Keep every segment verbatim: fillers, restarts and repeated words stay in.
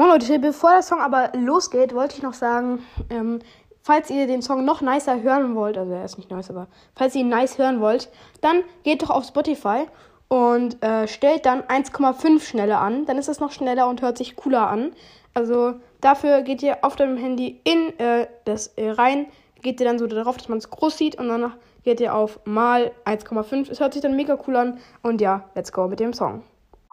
Moin Leute, bevor der Song aber losgeht, wollte ich noch sagen, ähm, falls ihr den Song noch nicer hören wollt, also er ist nicht nice, aber falls ihr ihn nice hören wollt, dann geht doch auf Spotify und äh, stellt dann eins Komma fünf schneller an. Dann ist es noch schneller und hört sich cooler an. Also dafür geht ihr auf deinem Handy in äh, das äh, rein, geht ihr dann so darauf, dass man es groß sieht und danach geht ihr auf mal eins Komma fünf. Es hört sich dann mega cool an und ja, let's go mit dem Song.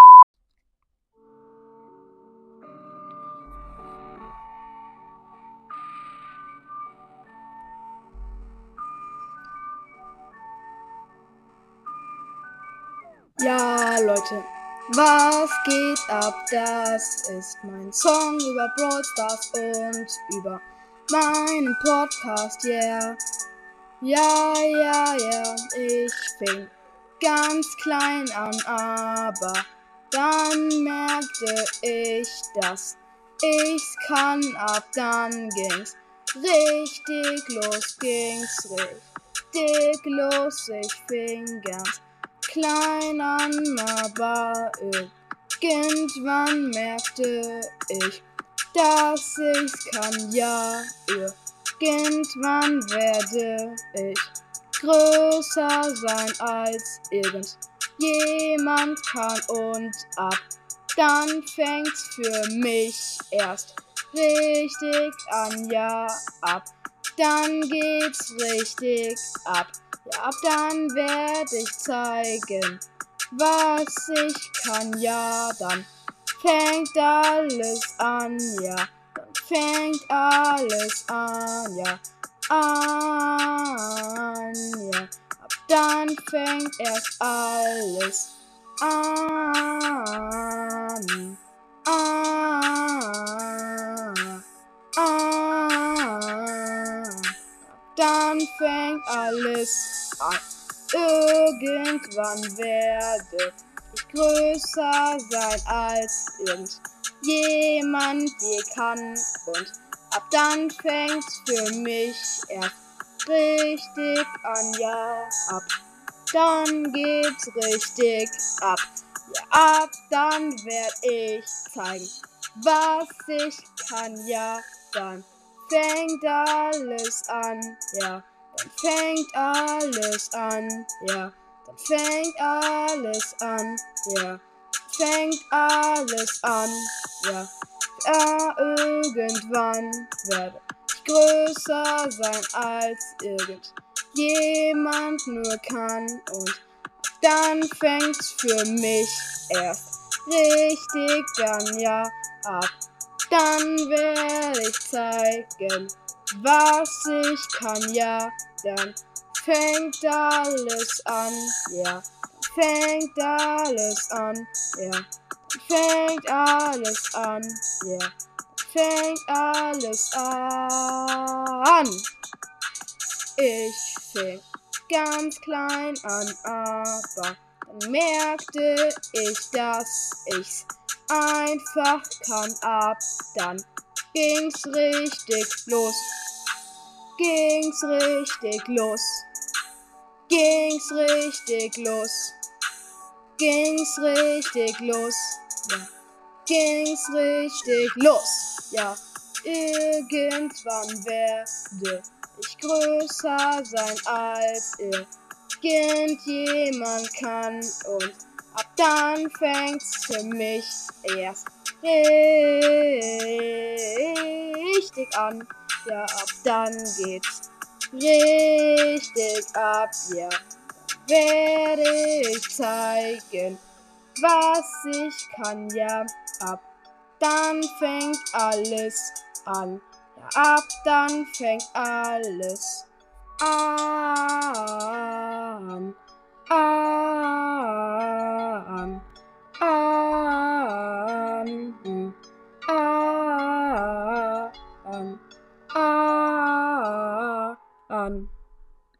Ja, Leute, was geht ab? Das ist mein Song über Brawl Stars und über meinen Podcast, yeah. Ja, ja, ja, ich fing ganz klein an, aber dann merkte ich, dass ich's kann. Ab dann ging's richtig los, ging's richtig los. Ich fing ganz klein an, aber irgendwann merkte ich, dass ich's kann, ja, irgendwann werde ich größer sein als irgendjemand kann und ab dann fängt's für mich erst richtig an, ja, ab dann geht's richtig ab. Ja, ab dann werd ich zeigen, was ich kann, ja, dann fängt alles an, ja, dann fängt alles an, ja, an, ja, ab dann fängt erst alles an, an, an. Dann fängt alles an. Irgendwann werde ich größer sein als irgendjemand je kann. Und ab dann fängt's für mich erst richtig an. Ja, ab dann geht's richtig ab. Ja, ab dann werd ich zeigen, was ich kann. Ja, dann fängt alles an, ja, dann fängt alles an, ja, dann fängt alles an, ja, fängt alles an, ja, ja, irgendwann werde ich größer sein als irgendjemand nur kann und dann fängt's für mich erst richtig an, ja, ab dann werde ich zeigen, was ich kann, ja, dann fängt alles an, ja, dann fängt alles an, ja, dann fängt alles an, ja, dann fängt alles an. Ich fing ganz klein an, aber dann merkte ich, dass ich's einfach kann. Ab dann ging's richtig los, ging's richtig los, ging's richtig los, ging's richtig los, ja, ging's richtig los, ja, irgendwann werde ich größer sein als irgendjemand kann und ab dann fängt's für mich erst richtig an. Ja, ab dann geht's richtig ab. Ja, dann werde ich zeigen, was ich kann. Ja, ab dann fängt alles an. Ja, ab dann fängt alles an. An, an, an, an, an, an.